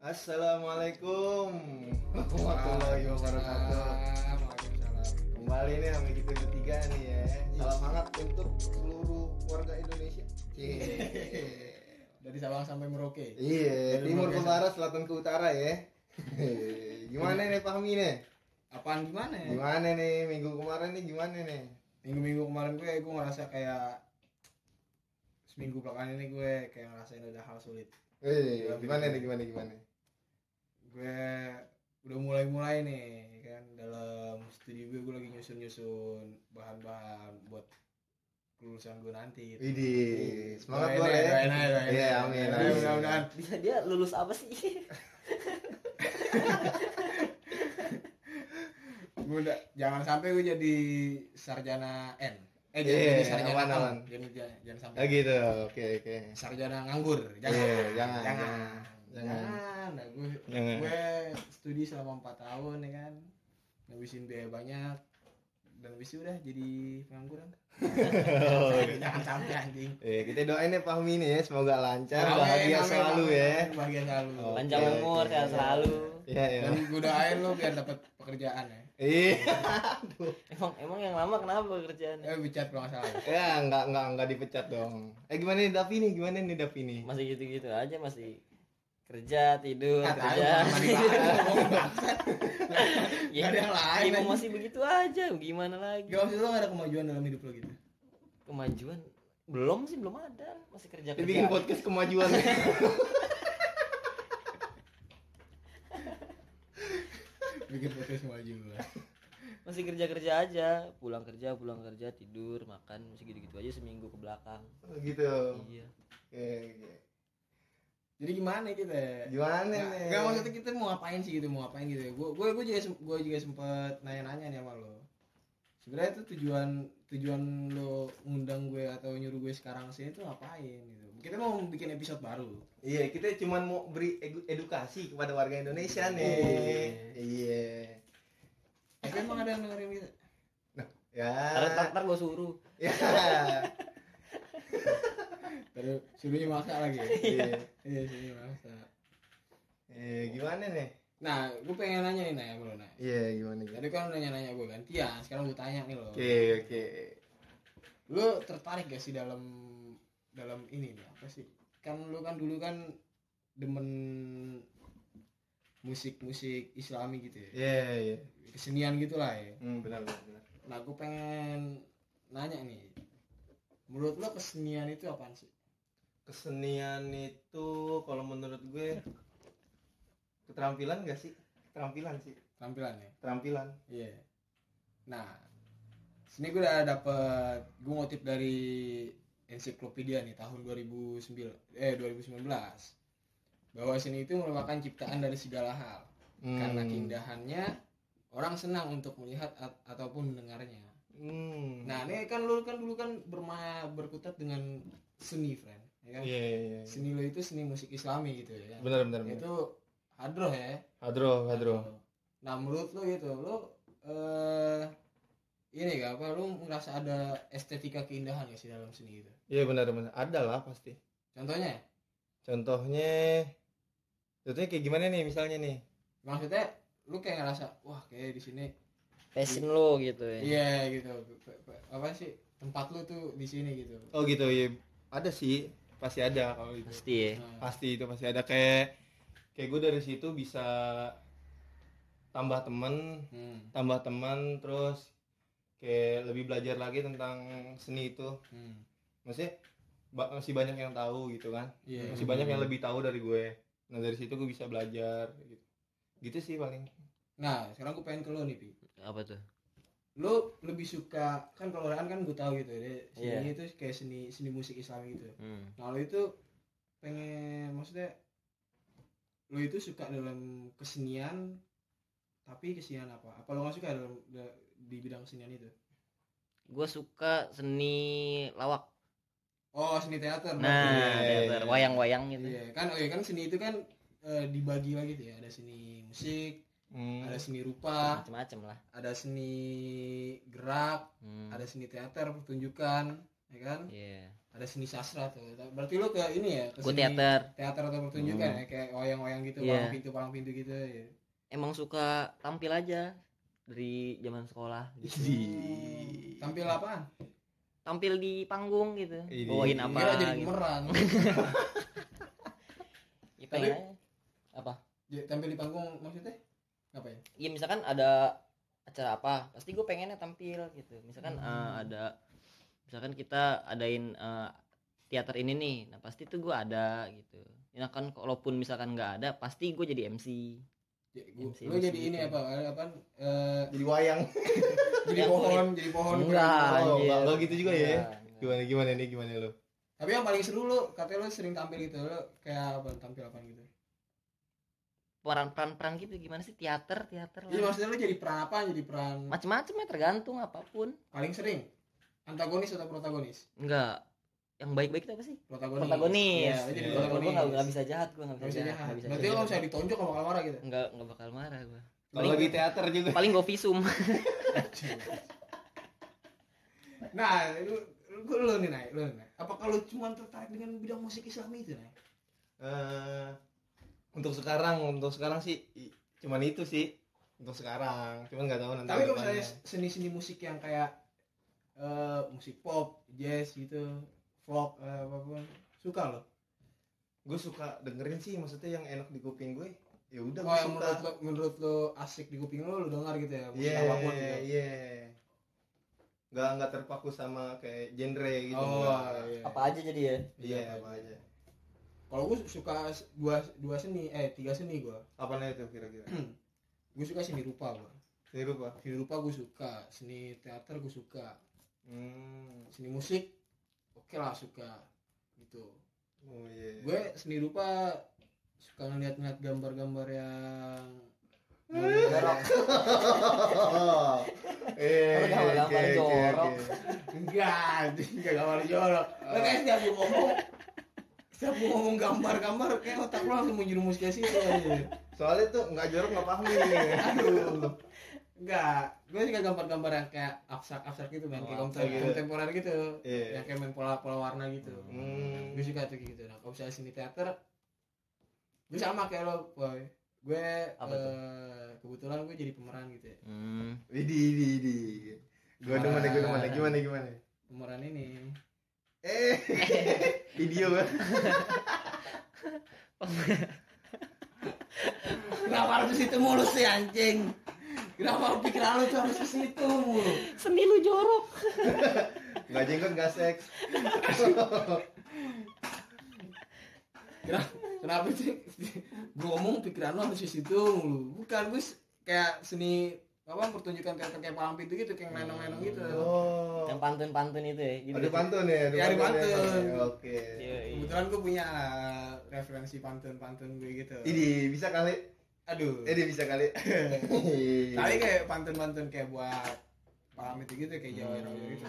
Assalamualaikum warahmatullahi wabarakatuh. Waalaikumsalam. Kembali nih sama kita bertiga nih ya. Salam hangat untuk seluruh warga Indonesia. Dari Sabang sampai Merauke. Iya, Dari timur ke Merauke barat, selatan ke utara ya. Gimana nih Fahmi nih? Apaan gimana ya? Gimana nih minggu kemarin nih gimana nih? Minggu-minggu kemarin gue ngerasa kayak seminggu belakangan ini gue kayak ngerasain ada hal sulit. Gimana nih gimana? Gue udah mulai nih kan dalam studi gue lagi nyusun bahan-bahan buat kelulusan gue nanti. Widih, semangat Doain gue ya. doain. Iya, amin. Mudah-mudahan. Bisa dia lulus apa sih? Jangan sampai gue jadi sarjana N. Iya, Jadi sarjana aman. Jangan sampai. Ah gitu, oke. Sarjana nganggur. Iya, jangan. Nah, gue studi selama 4 tahun ya kan. Ngabisin biaya banyak dan habis itu udah jadi pengangguran. Jangan sampai anjing. Kita doain ya Fahmi nih ya, semoga lancar, Amin, bahagia amin, selalu amin, ya. Bahagia selalu. Oh. Panjang umur, sehat selalu. Iya. Dan gue doain lo biar dapat pekerjaan ya. Iya. Emang yang lama kenapa pekerjaannya? Bicara kalau nggak salah. Ya, enggak dipecat dong. Gimana nih Davi nih? Masih gitu-gitu aja, masih kerja, tidur, Tahu, kerja. Nggak ada yang lain, Emang anjing. masih begitu aja, gimana lagi? Gak maksud lo gak ada kemajuan dalam hidup lo gitu? Kemajuan belum ada, masih kerja. Dia bikin podcast kemajuan. Bikin podcast kemajuan. Masih kerja aja, pulang kerja, tidur, makan, masih gitu-gitu aja seminggu ke belakang. Gitu. Iya. Oke. Jadi gimana kita? Gimana nih? Gak maksudnya kita mau ngapain gitu? Gue juga sempet nanya-nanya nih sama lo. Sebenarnya itu tujuan lo ngundang gue atau nyuruh gue sekarang sini tuh ngapain gitu? Kita mau bikin episode baru. Iya, kita cuma mau beri edukasi kepada warga Indonesia nih. Iya. Tapi emang ada yang dengerin kita? Ya. Ntar gue suruh. Ya. Terus suruhnya maksa lagi ya? Iya, suruhnya maksa. Gimana nih? Nah, gue pengen nanya nih sama lo, Nay. Iya, gimana? Tadi kan udah nanya gue gantian, sekarang gue tanya nih lo. Oke. Lo tertarik gak sih dalam ini nih, apa sih? Kan lo kan dulu kan demen musik Islami gitu ya. Iya. Kesenian gitulah ya. Benar. Nah, gue pengen nanya nih. Menurut lo kesenian itu apaan sih? Kesenian itu kalau menurut gue keterampilan gak sih? Keterampilan sih. Tampilan ya? Iya. Nah, sini gue udah dapet, gue ngutip dari ensiklopedia nih tahun 2019 bahwa seni itu merupakan ciptaan dari segala hal. Karena keindahannya orang senang untuk melihat ataupun mendengarnya. Nah, ini kan lu kan dulu kan berkutat dengan seni, friend, ya kan? Iya. Seni lo itu seni musik Islami gitu ya. Benar. Itu hadroh ya. Hadroh. Nah, menurut lo gitu, lo ini gak apa, lo ngerasa ada estetika keindahan gak sih dalam seni itu? Iya benar. Ada lah pasti. Contohnya kayak gimana nih misalnya nih? maksudnya lo kayak ngerasa wah kayak di sini Passion lo gitu ya. iya gitu, apa sih tempat lo tuh di sini gitu. Oh gitu ya. Ada sih, pasti ada kalau itu. Pasti ya. Nah, Pasti itu pasti ada, kayak gue dari situ bisa tambah teman terus kayak lebih belajar lagi tentang seni itu. Maksudnya masih banyak yang tahu gitu kan. Iya. Masih banyak yang lebih tahu dari gue. Nah dari situ gue bisa belajar gitu sih paling. Nah, sekarang gue pengen ke lo nih, Pi. Apa tuh? Lo lebih suka, kan kalau kan gue tahu gitu ya, seni Iya. itu kayak seni musik Islami gitu. Nah, lo itu pengen, maksudnya lo itu suka dalam kesenian, tapi kesenian apa lo nggak suka di bidang kesenian itu? Gue suka seni lawak. Oh, seni teater. Nah, teater, wayang-wayang gitu. Iya kan seni itu kan dibagi lagi tuh ya, ada seni musik, ada seni rupa, Macem-macem lah. ada seni gerak, ada seni teater pertunjukan, ya kan? Iya. ada seni sastra tuh. Berarti lu ke ini ya, ke Gue seni teater. teater atau pertunjukan ya, kayak wayang-wayang gitu, Iya. palang pintu gitu ya. Emang suka tampil aja dari zaman sekolah gitu. Tampil apaan? Tampil di panggung gitu. Ini. Bawain apa Kira jadi gitu. pemeran. Ya, pengen aja. Apa? Tampil di panggung maksudnya? Ngapain? Iya misalkan ada acara apa, pasti gue pengennya tampil gitu. Misalkan ada, misalkan kita adain teater ini nih, nah pasti tuh gue ada gitu. Ya kan kalaupun misalkan nggak ada, pasti gue jadi MC. Lu jadi ini gitu. apa? Jadi wayang. Jadi pohon. Enggak, Oh, anjir. enggak gitu juga ya. Enggak. Gimana lu? Tapi yang paling seru lu, katanya lu sering tampil gitu, lu kayak apa? Tampil apa gitu? Peran gitu gimana sih, teater Iya lah. maksudnya lu jadi peran apa? Jadi peran Macem-macem ya, tergantung apapun. paling sering antagonis atau protagonis? Enggak, yang baik-baik itu apa sih? Protagonis. Protagonis. Iya, lu jadi Iya. protagonis. Gue nggak bisa jahat, gue nggak Nggak bisa jahat. Nggak bisa Berarti lu jahat. bisa ditonjok sama bakal marah gitu. Nggak bakal marah gue. Kalau lagi teater juga. Paling gue visum. Nah, lu nih Nay. Apa kalau cuma tertarik dengan bidang musik Islami itu, Nay? Untuk sekarang sih cuman itu sih untuk sekarang. Cuman nggak tahu nanti. Tapi kalau kedepannya. misalnya seni-seni musik yang kayak musik pop, jazz gitu, folk apapun, suka lo? Gue suka dengerin sih, maksudnya yang enak di kuping gue. Ya udah Oh, gue yang suka. menurut lo asik di kuping lo dengar gitu ya, musik Iya, apapun gitu. iya. Nggak terpaku sama kayak genre gitu. Oh, nggak. iya. Apa aja jadi ya? Iya, apa aja. Kalau gue suka tiga seni gue. Apanya itu kira-kira? Gue suka seni rupa gue. Seni rupa. Seni rupa gue suka, seni teater gue suka, Hmm. seni musik oke lah suka gitu. Oh iya. Gue seni rupa suka ngeliat gambar-gambar yang Jorok. Kalau gambar-gambar jorok. enggak gambar jorok. Lo kayak setiap gua ngomong gambar-gambar kayak otak lo langsung menjerumus ke situ aja. Soalnya tuh nggak jorok nggak paham nih. Aduh. Enggak, gue suka gambar-gambar yang kayak abstrak gitu kan, kayak kontemporer gitu, yang kayak main pola warna gitu. Gue suka tuh gitu. Nah, kalau misalnya seni teater, gue sama kayak lo, boy. Gue kebetulan gue jadi pemeran gitu ya. Widih. Gue demen gimana? Pemeran ini. Video kan. Kenapa harus ke situ mulu sih anjing? Kenapa pikiran lu tuh harus ke situ mulu? Seni lu jorok. Nggak jenggot nggak seks. Kenapa sih? Gue ngomong pikiran lu harus ke situ mulu. Bukan, gue kayak seni apa pertunjukan kayak palang pintu gitu, kayak lenong-lenong gitu. Oh. Yang pantun itu ya. Gitu. Ada pantun ya? Ya, ada pantun. Oke. Kebetulan gue punya referensi pantun gue gitu. Ini bisa kali. Aduh. Ini bisa kali. Tapi kayak pantun-pantun kayak buat palang pintu gitu, kayak Jawa gitu.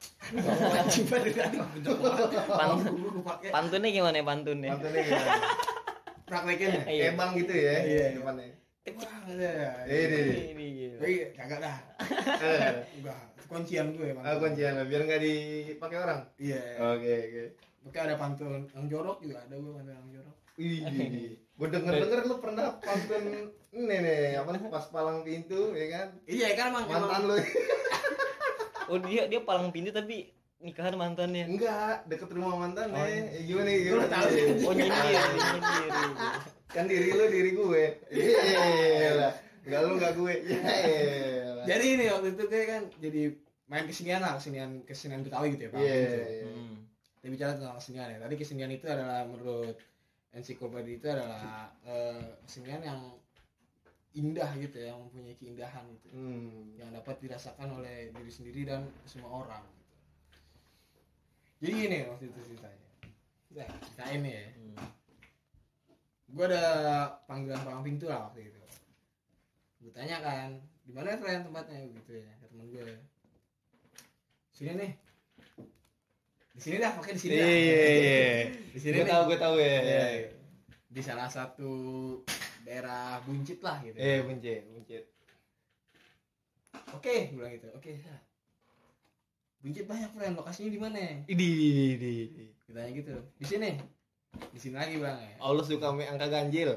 Pantunnya gimana ya pantunnya? Pantunnya gimana? Praktekin ya? Iya. Emang gitu ya? Iya. Depannya. Wah, ada. Ini. Tapi kagak dah. Enggak, kuncian gue pantun. Kuncian biar nggak dipakai orang. Iya. Oke. Oke, ada pantun yang jorok juga ada, gue pantun yang jorok. Wih, gue denger lu pernah pantun ini nih, apa pas palang pintu, ya kan? Iya kan emang Mantan lu. Oh dia palang pintu tapi nikahan mantannya. Enggak, deket rumah mantan Oh, nih. Gimana? Lu tahu. Oh nyindir. Kan diri lu diri gue. Iya. Enggak lu enggak gue. Iya. Jadi ini waktu itu gue kan jadi main kesenian Betawi gitu ya Pak. Iya. Kita bicara tentang kesenian ya. Tadi kesenian itu adalah menurut ensiklopedia itu adalah kesenian yang indah gitu ya, yang mempunyai keindahan gitu. Yang dapat dirasakan oleh diri sendiri dan semua orang gitu. Jadi gini waktu itu ceritanya. Nah, cerita ini ya. Gue ada panggilan palang pintu lah waktu itu. Gue tanya kan, di mana friend tempatnya gitu ya, ke temen gue. Sini nih. Di sini dah, pakai di sini dah. Iya. Di sini Gue tahu ya. Iya. Di salah satu daerah Buncit lah gitu. Buncit. Oke, gue bilang gitu. Oke. Buncit banyak friend, lokasinya di mana? Idi. Ditanya gitu. Di sini lagi bang ya. Allah suka me angka ganjil.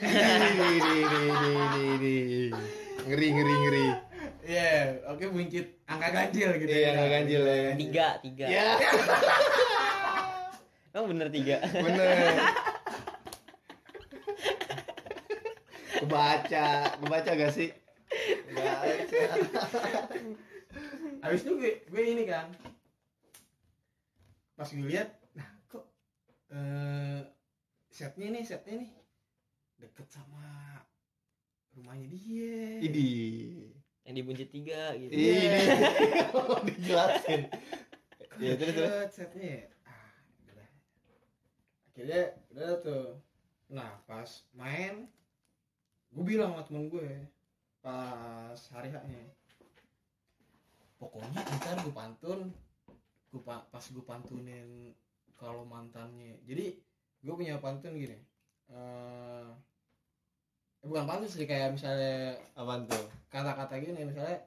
Ngeri. Iya, oke buncit angka ganjil gitu. Iya, angka ganjil ya. 3. Ya. Emang bener 3. Bener. Kebaca gak sih? Baca. Habis itu gue ini kan. Pas gue lihat, nah kok setnya nih deket sama rumahnya dia. Idi. Iya. Yang dibuncit 3 gitu. Ini dijelasin. Ya terus. Deket setnya. Udah. Akhirnya udah tuh. Nah pas main, gue bilang sama temen gue pas hari haknya, pokoknya ntar gue pantun, pas gue pantunin kalau mantannya. Jadi gue punya pantun gini, bukan pantun sih, kayak misalnya Apaan tuh? kata-kata gini, misalnya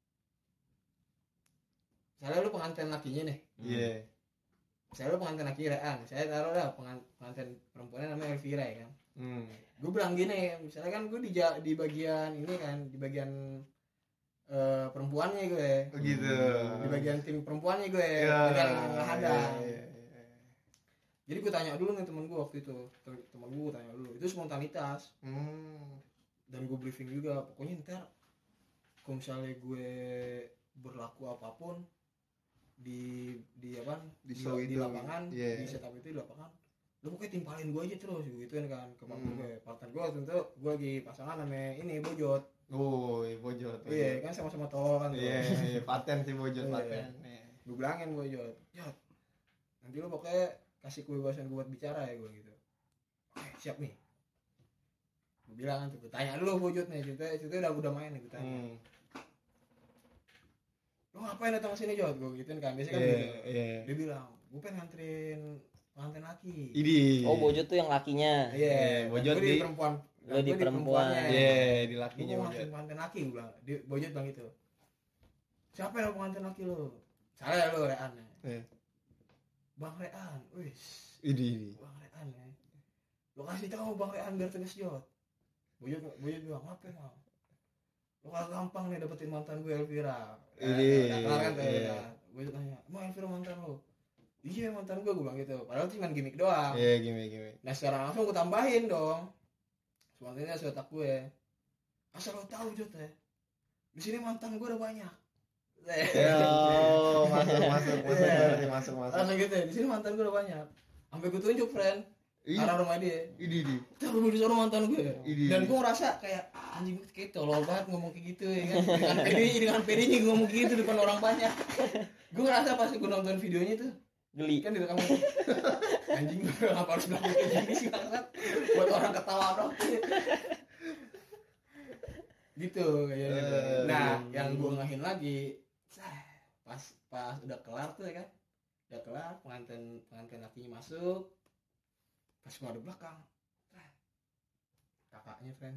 lu pengantin lakinya nih, Iya. misalnya lu pengantin laki Rean, saya taruh lah pengantin perempuannya namanya Elvira ya kan. Gue bilang gini, misalnya kan gue di bagian ini kan, di bagian perempuannya gue, Begitu. di bagian tim perempuannya gue, Ya. nggak ada. Iya. Jadi gue tanya dulu nih temen gue waktu itu, temen gue tanya dulu, itu spontanitas. Dan gue briefing juga, pokoknya ntar kalau misalnya gue berlaku apapun di show itu, lapangan, yeah. di setup itu di lapangan, lu pokoknya timpalin gue aja terus gituin kan ke partner gue. Partner gue tentu gue lagi pasangan sama ini Bojot. Bojot. Iya kan, sama-sama tol kan. Iya, paten sih Bojot, Iya. paten. Gue bilangin Bojot, Jot, nanti lu pokoknya kasih kebebasan gue buat bicara ya gue gitu. Oke, siap nih. Gue bilang tuh, gue tanya dulu Bojot nih, cerita udah main nih, gue tanya. Lu ngapain datang ke sini Jot? Gue gituin kan, biasanya kan gitu. Dia bilang, gue pengen nganterin pengantin laki. Idi. Oh, Bojot tuh yang lakinya. Iya, Bojot gue di perempuan. Lu di perempuan. Iya, di Gue lakinya mau Bojot. nganterin pengantin laki, gue bilang. Bojot bilang gitu. Siapa yang pengantin laki lu? Saya lu, Rean. Iya. Bang Rean, wis. Idi. Bang Rean ya. Lo kasih tahu Bang Rean biar tegas Jot. Bojot bilang, ngapain mau? Lo kalau gampang nih dapetin mantan gue Elvira. Iya. Kelar kan tuh. Bojot tanya, "Emang Elvira mantan lo?" "Iya mantan gue bilang gitu. Padahal cuma gimmick doang. Iya, gimana. Nah sekarang langsung gue tambahin dong. Sebenarnya seotak gue. Asal lo tahu Jot ya. Di sini mantan gue udah banyak. Masuk. Langsung gitu ya. Di sini mantan gue udah banyak. Sampai gue tunjuk friend. Arah rumah dia. Idi. Kita dulu di sana mantan gue. Idi. Dan gue ngerasa kayak anjing kayak tolol banget ngomong kayak gitu ya kan. Dengan pedenya gue ngomong kayak gitu depan orang banyak. Gue ngerasa pas gue nonton videonya tuh Geli. kan direkam anjing gue ngapa harus bilang kayak gini sih banget buat orang ketawa dong. Gitu kayak gitu. Nah, yang gue ngahin lagi pas udah kelar tuh ya kan. Udah kelar pengantin lakinya masuk. Pas gue ada belakang. Kakaknya friend.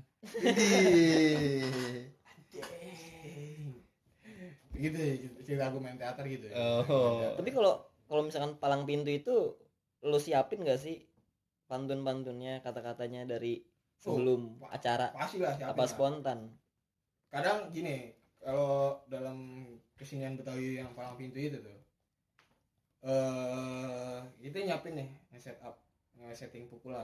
Anjing. Gitu ya, cerita aku main teater gitu ya. Oh. Tapi kalau misalkan palang pintu itu lu siapin gak sih pantun-pantunnya, kata-katanya dari sebelum acara? Pasti lah siapin Apa lah. spontan? Kadang gini, kalau dalam kesenian Betawi yang palang pintu itu tuh kita nyiapin nih nge-setting pukulan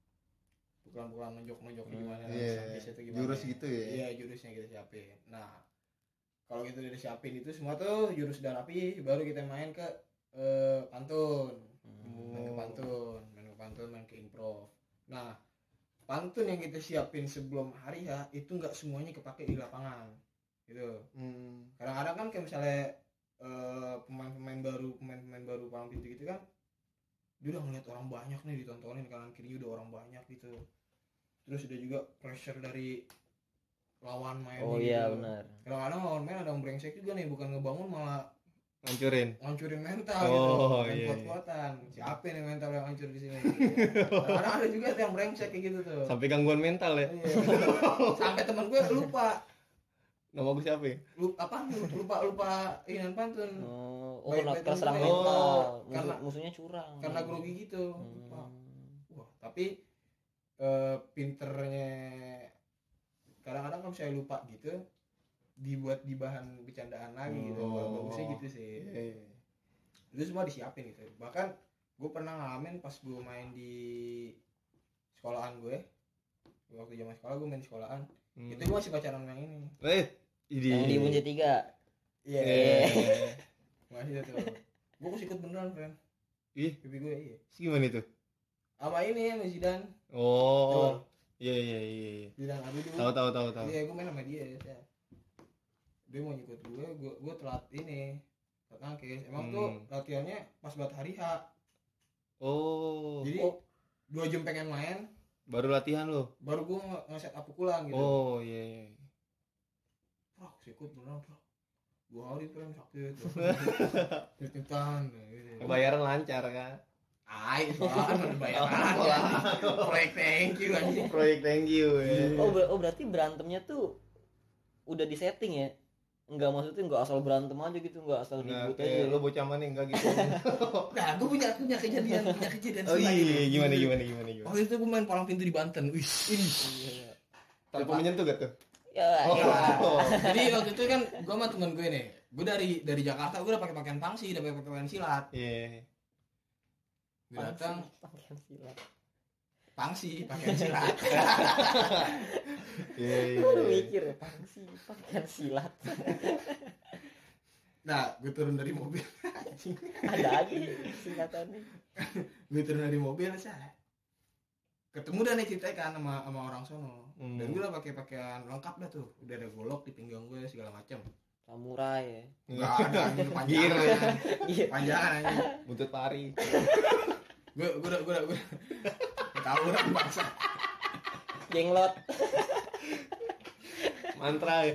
nonjok gimana, Iya. gimana, Jurus gitu ya. Iya, jurusnya kita siapin. Nah kalau gitu udah disiapin itu semua tuh jurus udah rapi, baru kita main ke pantun. Main ke improv. Nah pantun yang kita siapin sebelum hari ya itu nggak semuanya kepake di lapangan gitu. Kadang-kadang kan kayak misalnya pemain baru palang pintu gitu kan, dia udah ngeliat orang banyak nih ditontonin, kanan kirinya udah orang banyak gitu, terus udah juga pressure dari lawan main. Oh gitu. iya benar. Kadang-kadang lawan main ada yang brengsek juga nih, bukan ngebangun malah ngancurin mental gitu, main kuat-kuatan. Siapa nih mental yang hancur di sini? Kadang ada juga yang brengsek kayak gitu tuh. Sampai gangguan mental ya. Iya. Sampai teman gue lupa Nama gue siapa ya? Lupa ingin pantun. Kena serang Oh, mental. karena- Musuhnya curang. Karena grogi gitu. Lupa. Wah, tapi pinternya kadang-kadang kalau saya lupa gitu dibuat di bahan bercandaan lagi gitu. Bagusnya gitu sih. Itu semua disiapin gitu. Bahkan gue pernah ngalamin pas gue main di sekolahan gue. Waktu zaman sekolah gue main di sekolahan. Itu gue masih pacaran sama yang ini. Yang di Bunja 3. Iya. Masih tuh. Gue ikut beneran, friend. Ih, Pipi gue iya. gimana itu? Sama ini sama Zidan. Oh. Iya. Zidan Abidu. Tahu. Iya, gue main sama dia ya. Dia mau ikut gue telat ini. Telat nangkis. Emang tuh latihannya pas buat hari H. Oh. Jadi 2 jam pengen main, Baru latihan lo? baru gue nge-set up pukulan gitu. Oh iya. Wah, sikut beneran, Bro. 2 hari friend sakit. Titan gitu. Bayaran lancar kan? Soalnya bayaran ya. Proyek thank you anjing. Proyek thank you ya. Oh berarti berantemnya tuh udah disetting ya? Enggak, maksudnya enggak asal berantem aja gitu, enggak asal Nah, ribut kayak aja. lo bocah mana enggak gitu. Nah, gue punya kejadian Oh serupa iya, gitu. gimana? Waktu itu gue main palang pintu di Banten. Wih, ini. Tanpa menyentuh gak tuh? Ya, Oh. Jadi waktu itu kan gue sama temen gue nih. Gue dari Jakarta gue udah pakai pakaian pangsi, udah pakai pakaian silat. Iya. Gue datang pakaian silat. pangsi, pakaian silat. Iya. Lu mikir ya, pakaian silat. Nah, gue turun dari mobil. Ada aja singkatannya. Gue turun dari mobil saya. Ketemu dah nih ceritanya kan sama orang sono. Dan gue udah pakai pakaian lengkap dah tuh. Udah ada golok di pinggang gue segala macam. Samurai ya. Enggak ada anjing panjangan. Iya. Panjangan anjing. Buntut pari. Gue udah tawuran bangsa. Jenglot. Mantra ya.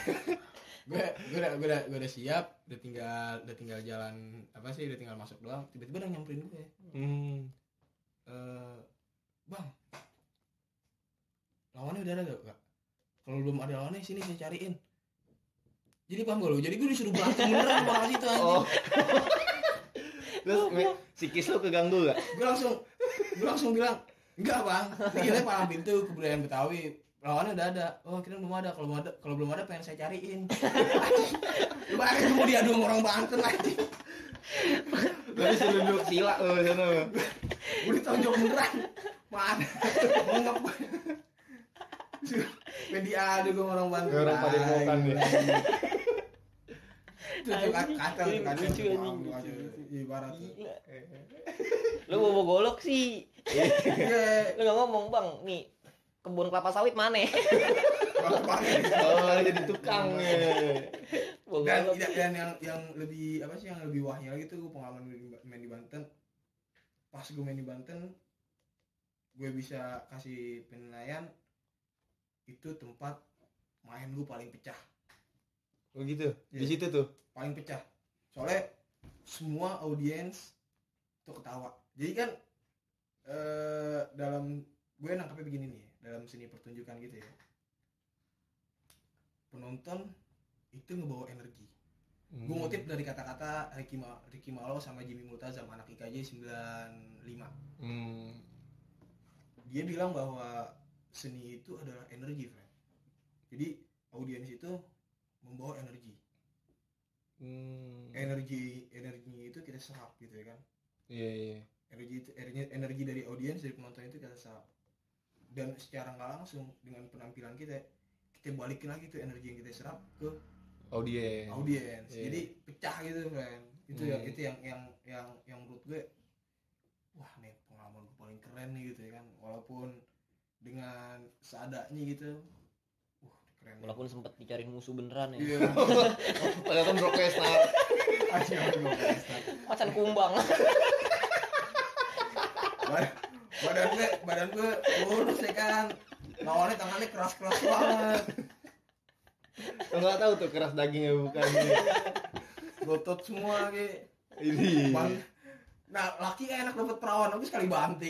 gue udah siap, udah tinggal jalan apa sih, udah tinggal masuk doang. Tiba-tiba ada nyamperin gue. Bang, lawannya udah ada gak? Kalau belum ada lawannya sini saya cariin. Jadi paham gak lu? Jadi gue disuruh berantem beneran sama orang itu anjing. Oh. Terus psikis lo keganggu gak? Gue langsung bilang, enggak bang, ini palang pintu kebudayaan Betawi. Lawannya udah ada. Oh, kira belum ada. Kalau belum ada pengen saya cariin. Lu bayangin mau diadu sama orang Banten anjing. Tapi suruh duduk sila lo di sana. Gue ditonjok beneran. Mana? Ngep. Pengen diadu gue sama orang Banten. Orang pada mokan ya. Itu kacau. Lucu anjing. Ibarat. Gila. Lu bawa golok sih. Iya. Lu enggak ngomong, Bang. Nih, kebun kelapa sawit mana? Oh, jadi tukang ya. Dan yang lebih apa sih, yang lebih wahnya lagi tuh pengalaman main di Banten. Pas gue main di Banten, gue bisa kasih penilaian itu tempat main gue paling pecah. Oh gitu. Iya. Di situ tuh. Paling pecah. Soalnya semua audiens tuh ketawa. Jadi kan dalam gue nangkapnya begini nih, dalam seni pertunjukan gitu ya. Penonton itu ngebawa energi. Gue ngutip dari kata-kata Ricky Malo sama Jimmy Multazam, anak IKJ 95. Dia bilang bahwa seni itu adalah energi, friend. Jadi audiens itu membawa energi. Energinya itu kita serap gitu ya kan. Iya. Energi dari audiens, dari penonton itu kita serap. Dan secara nggak langsung dengan penampilan kita balikin lagi tuh energi yang kita serap ke Audiens. Iya. Yeah. Jadi pecah gitu kan. Itu yang menurut gue, wah nih pengalaman gue paling keren nih gitu ya kan. Walaupun dengan seadanya gitu, keren. Walaupun sempat dicariin musuh beneran ya. Iya. Padahal kan Brock Lesnar. Macan kumbang. badan gue lurus ya kan. Lawannya tangannya keras-keras banget. Lo nggak tahu tuh keras dagingnya bukan. Gotot semua kayak. Ini. Nah, laki enak dapat perawan, tapi sekali banting.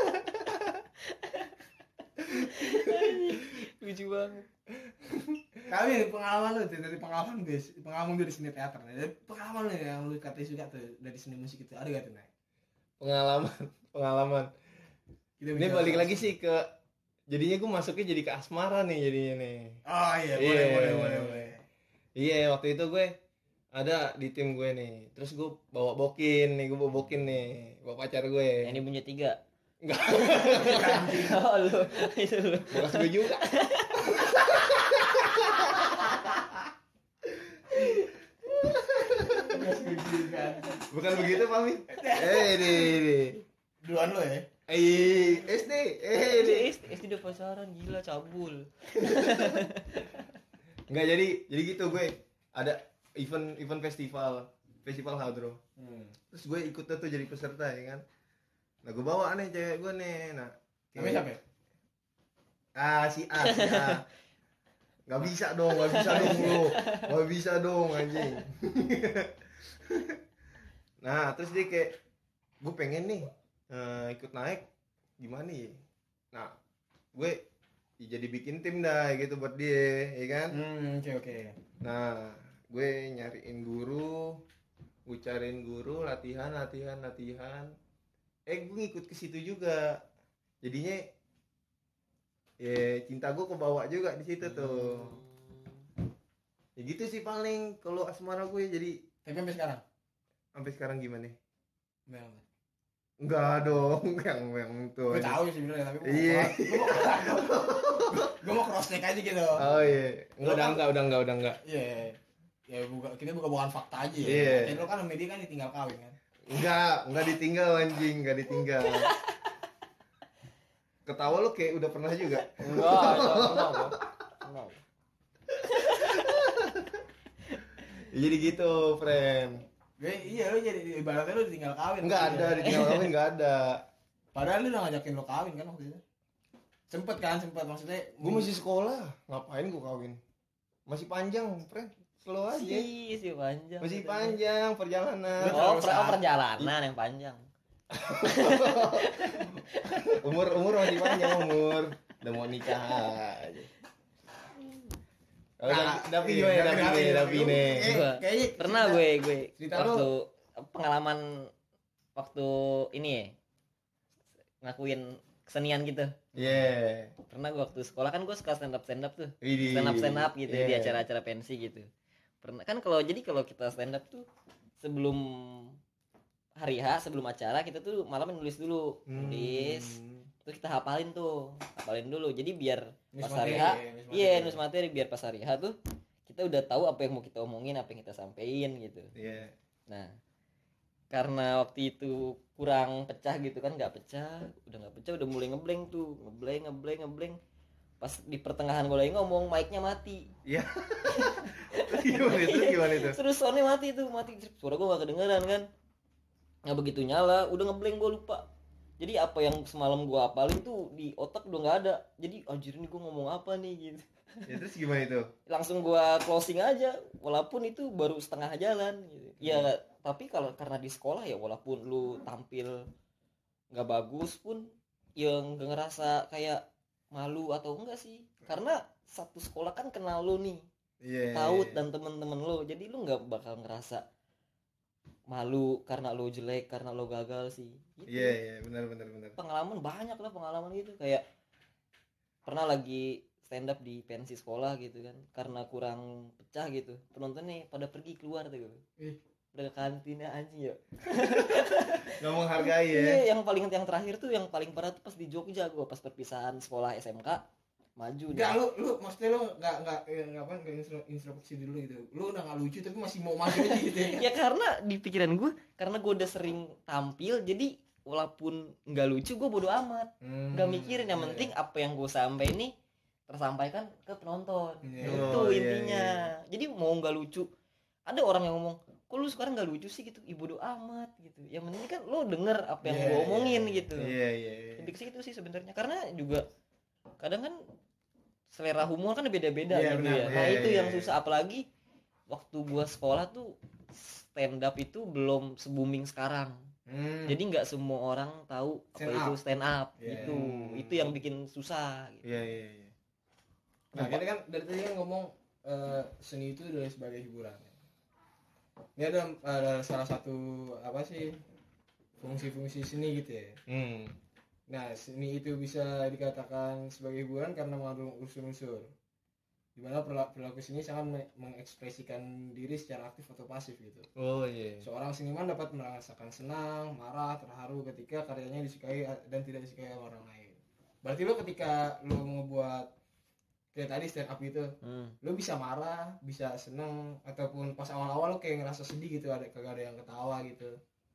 Lucu banget. Tapi pengalaman lu dari pengalaman gue di seni teater. Dari pengalaman lu yang lu katanya suka tuh dari seni musik itu ada gak tuh, Nay? Pengalaman. Ini balik lagi sih ke jadinya gue masuknya jadi ke asmara nih jadinya nih. Oh iya, boleh. Iya, waktu itu gue ada di tim gue nih. Terus gue bawa bokin nih, bawa pacar gue. Yang ini punya 3. Enggak. Oh lu, itu lu. Bekas gue juga. Bukan begitu, Pami. Ini. Duluan lu ya? SD. SD udah pacaran, gila cabul. Enggak, jadi gitu gue ada event festival Hadro. Terus gue ikut tuh jadi peserta ya kan. Nah gue bawa nih cewek gue nih. Nah Namanya siapa? Si A. Gak bisa dong lu. Gak bisa dong anjing. Nah terus dia kayak gue pengen nih ikut naik gimana ya. Nah gue jadi bikin tim dah gitu buat dia ya kan. Oke. Nah gue nyariin guru, gue cariin guru, latihan. Gue ngikut ke situ juga. Jadinya ya cinta gue kebawa juga di situ tuh. Ya gitu sih paling kalau asmara gue jadi. Tapi sampai sekarang gimana? Memang. Enggak dong, yang tuh. Gue tahu sih sebenarnya, tapi iya. Gue mau cross check aja gitu. Oh iya. Udah enggak. Iya. Ya kita bukan fakta aja ya. Iya. Kayak lo kan sama dia kan ditinggal kawin kan. Enggak ditinggal anjing, enggak ditinggal. Ketawa lu kayak udah pernah juga. Enggak. Jadi gitu, friend. Iya, lo jadi ibaratnya lo ditinggal kawin. Enggak ada, ditinggal kawin enggak ada. Padahal lu udah ngajakin lo kawin kan waktu itu. Sempet maksudnya. Gue masih sekolah, ngapain gue kawin? Masih panjang, friend. Slow aja. Masih panjang. Masih panjang perjalanan. Perjalanan yang panjang. umur masih panjang umur. Udah mau nikah aja. Tapi nih. Kayaknya pernah gue cerita waktu pengalaman waktu ini ya ngakuin kesenian gitu. Iya. Pernah gue waktu sekolah kan gue suka stand up tuh. Widih. Stand up gitu di acara-acara pensi gitu. Pernah kan kalau kita stand up tuh sebelum hari H, sebelum acara kita tuh malam nulis dulu. Terus kita hafalin dulu. Jadi biar pas hari H, nulis materi biar pas hari H tuh kita udah tahu apa yang mau kita omongin, apa yang kita sampein gitu. Iya. Nah, karena waktu itu kurang pecah gitu kan, nggak pecah, udah mulai ngeblank tuh, ngeblank. Pas di pertengahan gue lagi ngomong, mic-nya mati. Iya. Gimana itu? Terus soundnya mati. Suara gue gak kedengeran kan. Nggak begitu nyala, udah ngeblank gue lupa. Jadi apa yang semalam gue hafalin tuh di otak udah nggak ada. Jadi anjir ini gue ngomong apa nih gitu. Ya terus gimana itu? Langsung gue closing aja, walaupun itu baru setengah jalan gitu. Ya tapi karena di sekolah ya walaupun lu tampil nggak bagus pun ya nggak ngerasa kayak malu atau enggak sih, karena satu sekolah kan kenal lu nih, tahu dan temen-temen lu, jadi lu nggak bakal ngerasa malu karena lu jelek, karena lu gagal sih. Iya benar. Pengalaman banyak lah gitu, kayak pernah lagi stand up di pensi sekolah gitu kan, karena kurang pecah gitu, penonton nih pada pergi keluar tuh gue. Udah ke kantinnya anjing ya. Nggak menghargai ya. Iya, yang terakhir tuh yang paling parah tuh pas di Jogja gue, pas perpisahan sekolah SMK maju. Enggak, lu maksudnya lu enggak introspeksi dulu gitu. Lu udah enggak lucu tapi masih mau maju aja gitu ya. Ya karena di pikiran gue, karena gue udah sering tampil, jadi walaupun enggak lucu gue bodo amat. Enggak mikirin, yang penting apa yang gue sampai nih tersampaikan ke penonton. Itu intinya. Jadi mau enggak lucu, ada orang yang ngomong, kok lu sekarang gak lucu sih gitu, bodo amat gitu. Yang penting kan lu denger apa yang gue omongin gitu. Iya. Lebih ke situ sih sebenarnya, karena juga kadang kan selera humor kan beda-beda gitu ya. Nah itu yang susah, apalagi waktu gue sekolah tuh stand up itu belum se-booming sekarang. Jadi nggak semua orang tahu apa itu stand up gitu. Itu yang bikin susah gitu. Iya. Nah, kita kan dari tadi kan ngomong seni itu adalah sebagai hiburan. Ini ada salah satu apa sih fungsi-fungsi seni gitu ya. Nah, seni itu bisa dikatakan sebagai hiburan karena mengandung unsur-unsur di mana perilaku seni sangat mengekspresikan diri secara aktif atau pasif gitu. Oh iya. Seorang seniman dapat merasakan senang, marah, terharu ketika karyanya disukai dan tidak disukai oleh orang lain. Berarti lo ketika lo ngebuat kayak tadi stand up gitu, lo bisa marah, bisa senang, ataupun pas awal-awal lo kayak ngerasa sedih gitu, kagak ada yang ketawa gitu.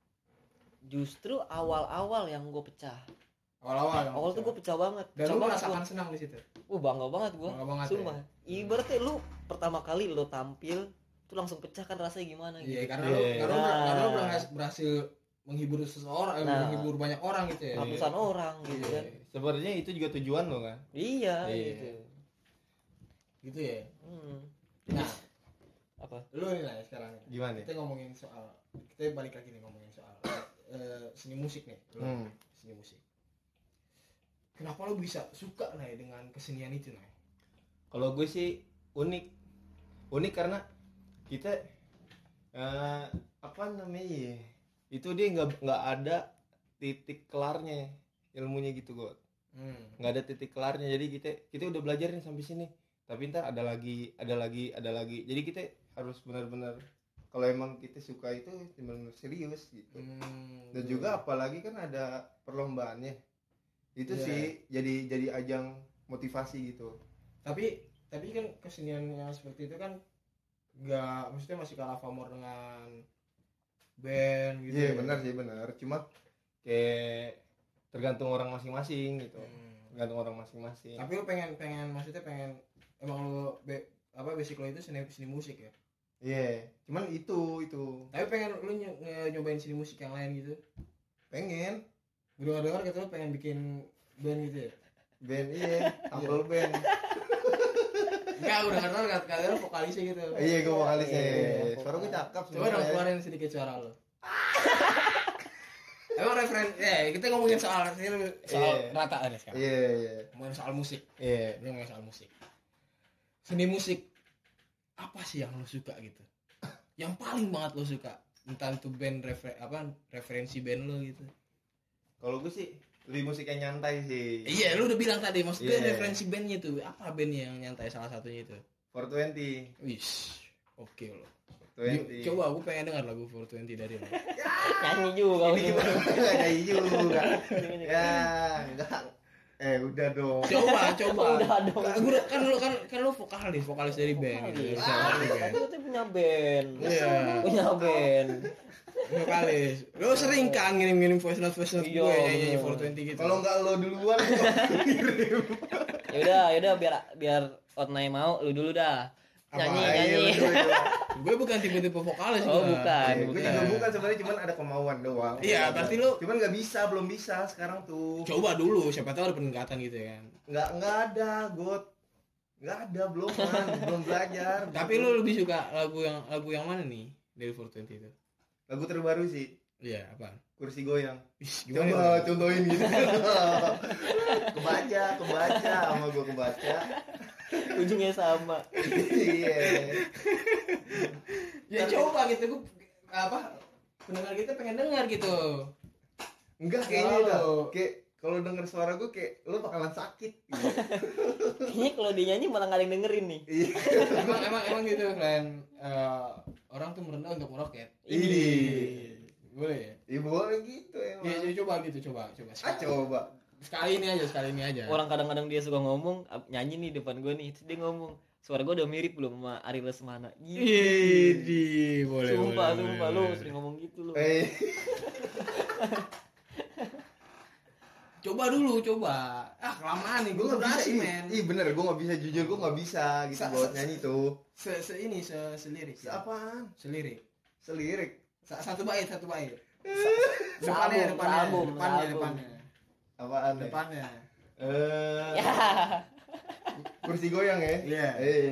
Justru awal-awal yang gue pecah. Awal Tuh gue pecah banget. Dan lo merasakan senang di situ. Bangga banget gue. Sumpah. Ya. Ibaratnya lu pertama kali lo tampil tuh langsung pecah kan rasanya gimana gitu. Iya, karena lo berhasil menghibur seseorang, menghibur banyak orang gitu ya. Ratusan orang gitu kan. Sebenarnya itu juga tujuan lo kan. Iya. Gitu. Gitu ya. Nah, apa? Lu nih lah sekarang. Gimana? Kita ngomongin soal, kita balik lagi nih ngomongin soal seni musik nih. Seni musik. Kenapa lu bisa suka nih dengan kesenian itu nih? Kalau gue sih unik karena kita apa namanya ya? Itu dia nggak ada titik kelarnya ilmunya gitu gue. Nggak ada titik kelarnya, jadi kita udah belajar nih sampai sini. Tapi ntar ada lagi. Jadi kita harus benar-benar kalau emang kita suka itu benar-benar serius gitu. Dan juga apalagi kan ada perlombaannya. Itu sih jadi ajang motivasi gitu. Tapi kan kesenian yang seperti itu kan nggak, maksudnya masih kalah pamor dengan band gitu. Iya, benar. Cuma kayak tergantung orang masing-masing gitu. Tergantung orang masing-masing. Tapi lu pengen emang lu basic lo itu seni musik ya? Iya, cuman itu. Tapi pengen lu nyobain seni musik yang lain gitu? Pengen. Gue dengar gitu lu pengen bikin band gitu ya? Band iya, humble band. Enggak, udah dengar kata lu vokalisnya gitu. Iya, gue vokalisnya. Suara gue cakep. Coba dong keluarin sedikit suara lu. Emang kita ngomongin soal rata ada sekarang. Iya. Ngomongin soal musik. Iya. Ngomongin soal musik. Seni musik apa sih yang lo suka gitu? Yang paling banget lo suka? Entah itu band referensi band lo gitu. Kalau gue sih lebih musik yang nyantai sih. Iya, lu udah bilang tadi maksudnya referensi bandnya tuh apa bandnya yang nyantai salah satunya itu? 420. Wish, oke lo. 420. Coba aku pengen dengar lagu 420 dari lo. Nyanyi juga. Nyanyi juga. Ya, enggak. Udah dong. Coba. Udah dong. Kan lu vokalis dari band gitu. Kita punya band. Iya. Punya band. Vokalis. Lu sering kan ngirim voice note gue nyanyi 420 gitu. Kalau enggak lo duluan ngirim. Yaudah biar Outnay mau, lu dulu dah. Nyanyi. Gue bukan tipe-tipe vokalis. Bukan. Gue juga bukan sebenarnya, cuman ada kemauan doang. Iya, berarti lu cuman belum bisa sekarang tuh. Coba dulu, siapa tahu ada peningkatan gitu ya kan. Enggak ada, Enggak ada, belum belajar. Tapi lu lebih suka lagu yang mana nih dari 420 itu? Lagu terbaru sih. Iya, apa? Kursi goyang. Gimana? Coba contohin gitu. kebaca sama gue kebaca. Ujungnya sama. Iya. Ya coba gitu, gue pendengar kita pengen dengar gitu. Enggak kayaknya dah. Kayak kalau denger suara gue kayak lu bakalan sakit. Kayaknya kalau dia nyanyi malah nggak ada yang dengerin nih. emang gitu kan. Orang tuh merendah untuk meroket. Boleh ya? Iya boleh gitu emang. Ya coba gitu, coba. Coba. Sekali ini aja. Orang kadang-kadang dia suka ngomong, nyanyi nih depan gue nih, terus dia ngomong, suara gue udah mirip belum sama Ari Lesmana. Boleh. Sumpah lu sering ngomong gitu lu. Coba dulu. Kelamaan nih, gue nggak bisa men. Iya bener, gue nggak bisa, jujur gue nggak bisa gitu buat nyanyi tuh. Selirik. Apaan? Selirik. Satu bait. Depannya. Apaan? Depannya. Kursi goyang ya? Iya.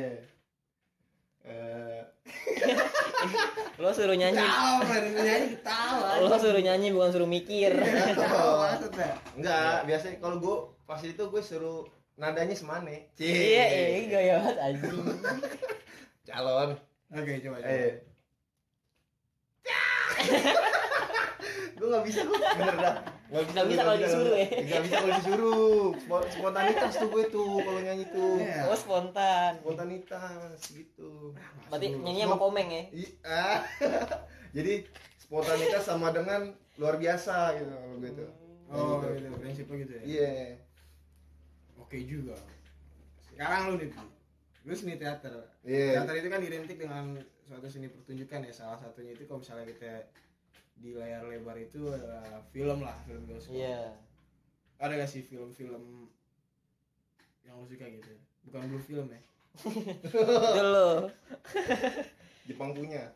Lo suruh nyanyi. Ketawa. Lo suruh nyanyi bukan suruh mikir. Maksudnya. Enggak, biasanya kalau gue pas itu gue suruh nadanya semane. Iya, gaya banget anjing. calon. Oke, coba. Gue nggak bisa gue bener dah. Nggak bisa kalau disuruh ya. Nggak bisa kalau disuruh. Spontanitas tuh gue tuh kalau nyanyi tuh. Iya. Oh, spontan. Spontanitas gitu. Berarti nyanyi sama komeng ya. Jadi spontanitas sama dengan luar biasa gitu kalau gue tuh. Oh, gitu. Prinsipnya gitu ya. Iya. Oke juga. Sekarang lu nih, lu seni teater. Iya. Teater itu kan identik dengan suatu seni pertunjukan ya. Salah satunya itu kalau misalnya kita di layar lebar itu adalah film lah, film bioskop. Iya. Ada gak sih film-film yang lu suka gitu? Bukan blue film ya? Dulu. Jepang punya.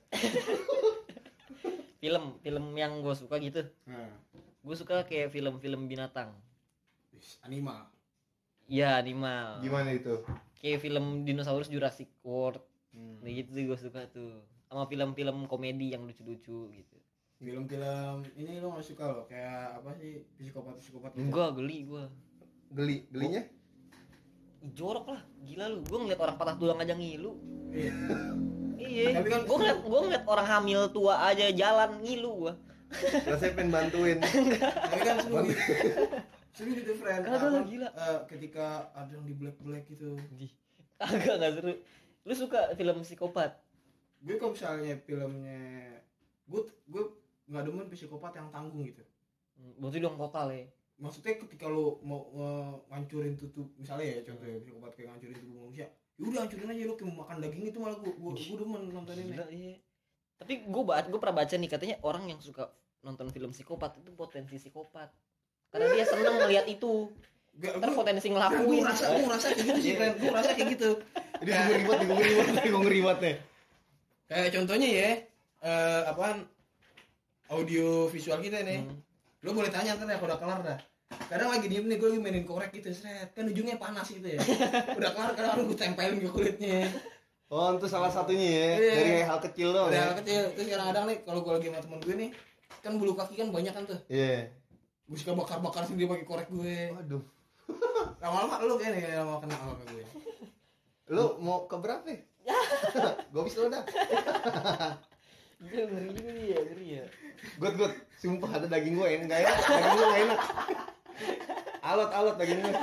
Film yang gue suka gitu. Nah, Gue suka kayak film-film binatang. animal. Iya, animal. Gimana itu? Kayak film dinosaurus Jurassic World. Nah gitu sih gue suka tuh. Sama film-film komedi yang lucu-lucu gitu. Film-film ini lo gak suka lo? Kayak apa sih? Psikopat gitu? Enggak, geli gue. Gelinya? Jorok lah, gila lu. Gue ngeliat orang patah tulang aja ngilu. Iya. Iya. Tapi kan Gue ngeliat orang hamil tua aja jalan ngilu gue. Rasanya pengen bantuin. Tapi kan seru gitu. Seru gitu friend. Kagak, gila. Ketika ada yang di black gitu. Agak nggak seru. Lu suka film psikopat? Gue kalau misalnya filmnya gue nggak demen psikopat yang tanggung gitu. Berarti dong total ya. Maksudnya ketika lo mau ngancurin tutup misalnya ya contohnya psikopat kayak ngancurin tubuh manusia, ya udah hancurin aja lo kayak mau makan daging itu malah gue demen nontonin. Gila, iya. Tapi gue pernah baca nih katanya orang yang suka nonton film psikopat itu potensi psikopat. Karena dia seneng melihat itu. Ntar potensi ngelakuin. Gue ngerasa kayak gitu sih friend. Gue ngerasa kayak gitu. Ini gue ngeribat nih. Kayak contohnya ya, apaan audio visual kita nih. Lo boleh tanya ntar ya kalau udah kelar dah. Kadang lagi diem nih gue lagi mainin korek gitu, seret. Kan ujungnya panas gitu ya. Udah kelar kadang gue tempelin ke kulitnya. Oh, itu salah satunya ya. Iya. Dari hal kecil loh. Dari hal kecil. Terus kadang-kadang nih kalau gue lagi sama temen gue nih, kan bulu kaki kan banyak kan tuh. Iya. Gue suka bakar-bakar sendiri pakai korek gue. Waduh. Lama-lama lu kayaknya mau kena sama gue. Lu mau ke berapa? Gue bisa lo dah. Gila, ngeri juga nih ya, ngeri ya. Gut. Sumpah ada daging gue enak. Daging gue gak enak. Alot daging gue.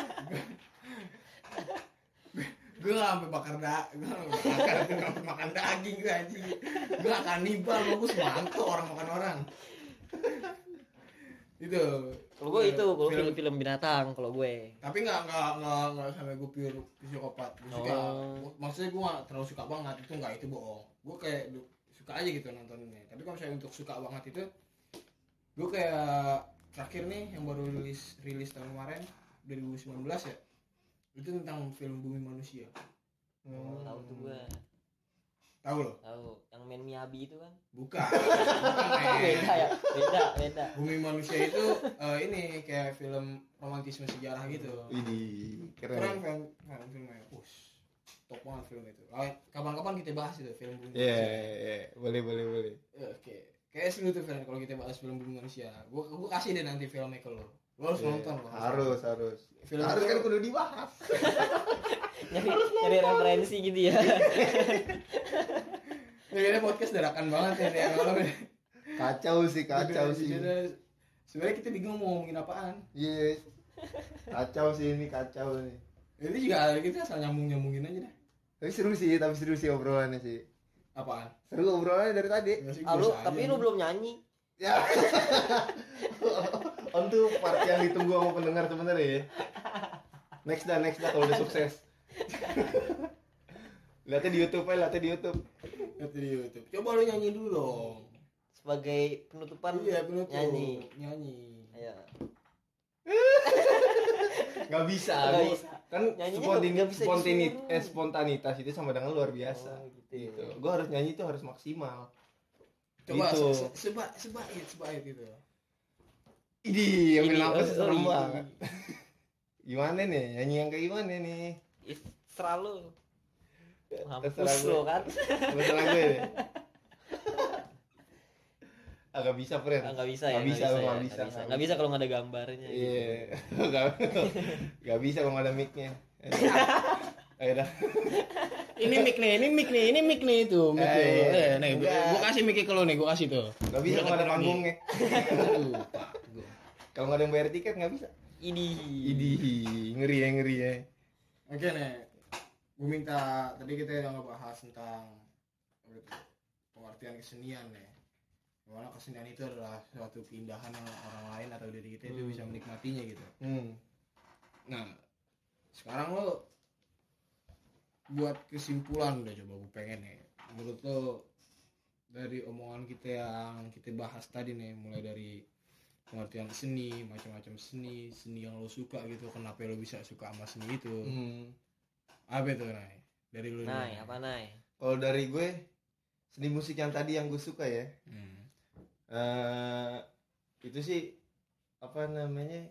Gue gak sampai bakar gue gak sampai makan daging gue anjing. Gue gak kanibal, gue semantau orang makan orang. Itu. Kalau gue itu, kalau film binatang kalau gue. Tapi nggak sampai gue pure psikopat. Gue suka, maksudnya gue nggak terlalu suka banget itu bohong. Gue kayak suka aja gitu nontonnya. Tapi kalau misalnya untuk suka banget itu, gue kayak terakhir nih yang baru rilis tahun kemarin 2019 ya. Itu tentang film Bumi Manusia. Tahu tuh gue. Tahu lo? Tahu, yang main Miyabi itu kan? Bukan. Beda ya, beda. Bumi Manusia itu ini kayak film romantisme sejarah gitu. Ini Keren keren. filmnya. Top banget film itu. Kapan-kapan kita bahas itu film Bumi Iya, Manusia. boleh. Oke. Kayak seru tuh friend kalau kita bahas film Bumi Manusia. Gua kasih deh nanti filmnya ke lo. Lo harus nonton lo. Harus. Film Harus itu- kan kudu dibahas. Nyari referensi gitu ya. Ini podcast dadakan banget ya nih malam ini. Kacau sih. Sebenarnya kita bingung mau ngomongin apaan. Yes. Kacau sih ini. Ini juga kita asal nyambungin aja deh. Tapi seru sih obrolannya sih. Apaan? Seru obrolannya dari tadi. Ya sih, Lu, biasa tapi aja. lu belum nyanyi. Ya. On tuh part yang ditunggu sama pendengar sebenarnya ya. Next dah kalau udah sukses. Lihatnya di YouTube. Lihat di YouTube. Coba lu nyanyi dulu dong. Sebagai penutupan Iya, penutup. nyanyi. Ayo. Gak bisa. Nggak Gua- bisa. Kan Nyanyinya nggak bisa disuruh. spontanitas itu sama dengan luar biasa. Oh, gitu. Gitu. Gue harus nyanyi itu harus maksimal. Coba Gitu. sebait gitu. Ini ambil Ini, nafas oh, serem ini. banget. Gimana nih? Nyanyi yang kayak gimana nih? Selalu. Mampus Terserah gue. lo kan. Terserah gue deh. Agak bisa, friend. Nggak bisa Nggak ya. bisa. Nggak bisa kalau nggak ada gambarnya. Iya. Gak bisa kalau nggak ada mic-nya. Ayo dah. Ini mic nih itu mic Eh, nih enggak. gua kasih mic ke lo nih, gua kasih tuh. Gak bisa kalau ada panggungnya. Aduh, Pak. Kalau nggak ada yang bayar tiket nggak bisa. Idih. Ngeri ya. Oke nih, gue minta tadi kita udah ngebahas tentang apa itu, pengertian kesenian nih. Dimana kesenian itu adalah suatu keindahan yang orang lain atau diri kita itu bisa menikmatinya gitu. Nah, sekarang lo buat kesimpulan udah coba gue pengen nih. Menurut lo dari omongan kita yang kita bahas tadi nih, mulai dari pengertian seni, macam-macam seni yang lo suka gitu, kenapa lo bisa suka sama seni itu? Apa itu, Nay? Dari lo? Nay, apa Nay? Kalau dari gue, seni musik yang tadi yang gue suka ya, itu sih apa namanya?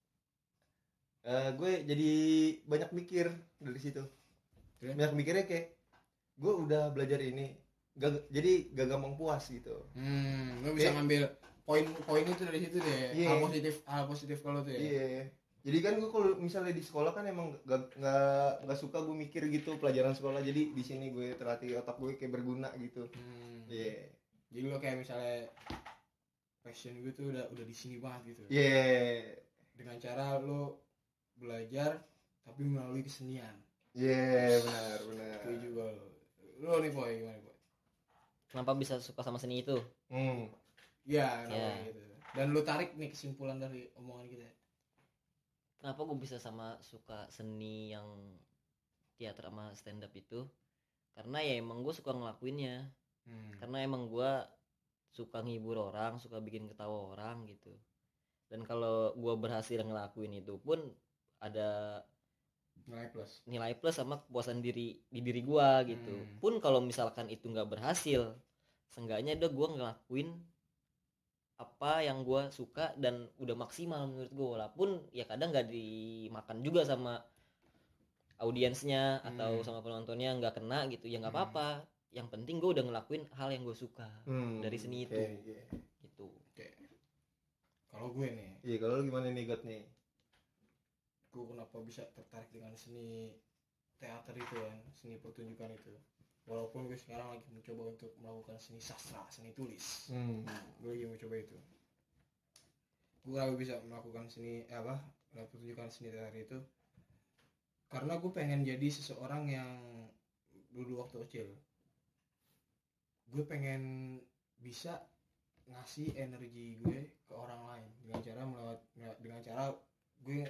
Gue jadi banyak mikir dari situ. Banyak mikirnya kayak gue udah belajar ini, jadi gak gampang puas gitu. Lo bisa ngambil poin itu dari situ deh. Yeah. Hal positif kalau tuh ya. Iya. Jadi kan gue kalau misalnya di sekolah kan emang nggak suka gue mikir gitu pelajaran sekolah. Jadi di sini gue terlatih otak gue kayak berguna gitu. Iya. Jadi lo kayak misalnya passion gue tuh udah di sini banget gitu. Iya. Dengan cara lo belajar tapi melalui kesenian. Iya, benar. Itu juga lo nih Boy, gimana Boy? Kenapa bisa suka sama seni itu? Ya, Ya. gitu. Dan lu tarik nih kesimpulan dari omongan kita. Kenapa gue bisa sama suka seni yang teater sama stand up itu? Karena ya emang gue suka ngelakuinnya. Karena emang gue suka ngibur orang, suka bikin ketawa orang gitu. Dan kalau gue berhasil ngelakuin itu pun ada nilai plus sama kepuasan diri di diri gue gitu. Pun kalau misalkan itu nggak berhasil, seenggaknya udah gue ngelakuin apa yang gue suka dan udah maksimal menurut gue, walaupun ya kadang nggak dimakan juga sama audiensnya atau sama penontonnya, nggak kena gitu ya nggak apa-apa, yang penting gue udah ngelakuin hal yang gue suka dari seni itu. Gitu. Kalau gue nih, iya, kalau lu gimana nih God nih? gue kenapa bisa tertarik dengan seni teater itu kan, seni pertunjukan itu, walaupun gue sekarang lagi mencoba untuk melakukan seni sastra, seni tulis. Gue lagi mencoba itu. Gue lagi bisa melakukan seni pertunjukan seni teater itu karena gue pengen jadi seseorang yang dulu waktu kecil gue pengen bisa ngasih energi gue ke orang lain dengan cara gue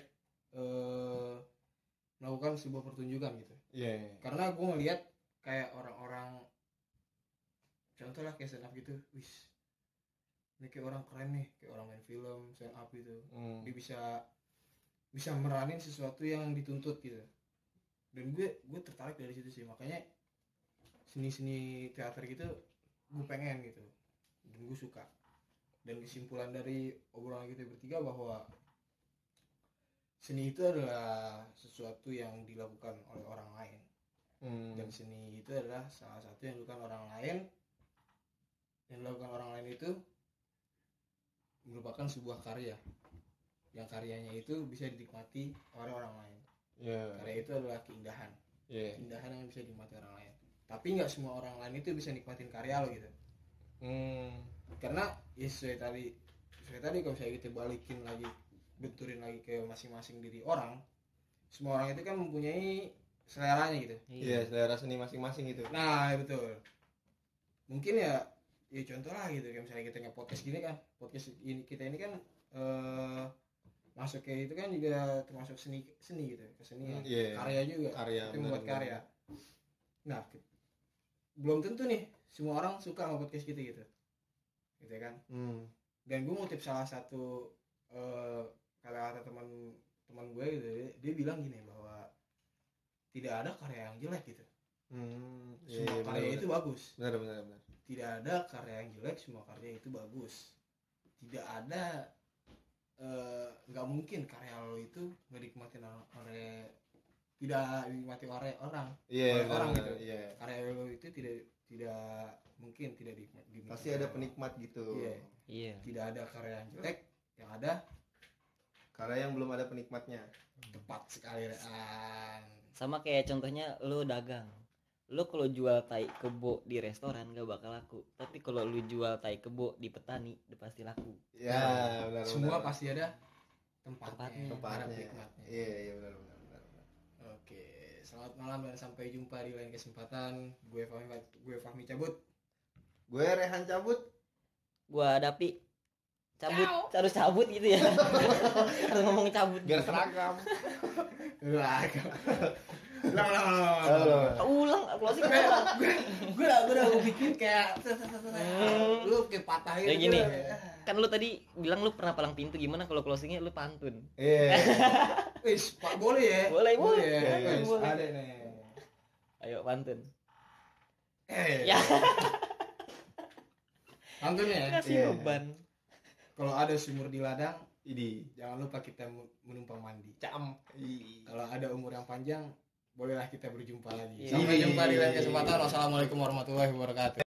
melakukan sebuah pertunjukan gitu. Karena gue ngelihat kayak orang-orang, contoh lah kayak stand up gitu, wis ini kayak orang keren nih, kayak orang main film stand up gitu. Dia bisa meranin sesuatu yang dituntut gitu. Dan gue tertarik dari situ sih, makanya seni teater gitu gue pengen gitu, dan gue suka. Dan kesimpulan dari obrolan kita bertiga bahwa seni itu adalah sesuatu yang dilakukan oleh orang lain. Dan seni itu adalah salah satu yang dilakukan orang lain. Yang dilakukan orang lain itu merupakan sebuah karya. Yang karyanya itu bisa dinikmati oleh orang lain. Karya itu adalah keindahan. Keindahan yang bisa dinikmati orang lain. Tapi nggak semua orang lain itu bisa nikmatin karya lo gitu. Karena ya sesuai tadi kalau misalnya kita balikin lagi, benturin lagi ke masing-masing diri orang, semua orang itu kan mempunyai seleranya gitu. Iya, selera seni masing-masing gitu. Nah, betul. Mungkin ya contoh lah gitu, kayak misalnya kita nge-podcast gini kan, podcast ini kita ini kan masuk kayak itu kan juga termasuk seni gitu, kesenian, karya juga, kita membuat karya. Nah, belum tentu nih semua orang suka sama podcast kita gitu kan. Dan gue ngutip salah satu kata-kata teman gue gitu, dia bilang gini bahwa tidak ada karya yang jelek gitu. Semua karya itu bagus. Benar. Tidak ada karya yang jelek, semua karya itu bagus. Tidak ada nggak mungkin karya lo itu nggak dinikmati oleh orang. Orang gitu. Karya lo itu tidak mungkin tidak dinikmati. Pasti ada penikmat gitu. Iya. Tidak ada karya yang jelek, yang ada karya yang belum ada penikmatnya. tepat sekali. Sama kayak contohnya lu dagang. Lu kalau jual tai kebo di restoran gak bakal laku. Tapi kalau lu jual tai kebo di petani, udah pasti laku. Ya, benar. Semua benar. pasti ada tempatnya. Tempatnya. Hikmatnya. Iya, benar. Oke, selamat malam dan sampai jumpa di lain kesempatan. Gue Fahmi cabut. Gue Rehan cabut. Gua Dapi cabut, harus cabut gitu ya. Harus ngomong cabut. Biar seragam. Lah. Ulang closing. Gue udah bikin kayak lu kayak patahin. Ya gini. Kan lu tadi bilang lu pernah palang pintu, gimana kalau closingnya lu pantun? Iya. Wis, Pak boleh ya? Boleh. Ya. Wis, Boleh. ada nih. Ayo pantun. Ya. Pantun ya. Kasih beban. Kalau ada sumur di ladang, Ini jangan lupa kita menumpang mandi. cam. Kalau ada umur yang panjang, bolehlah kita berjumpa lagi. Iya. Sampai jumpa di lain kesempatan. Wassalamualaikum warahmatullahi wabarakatuh.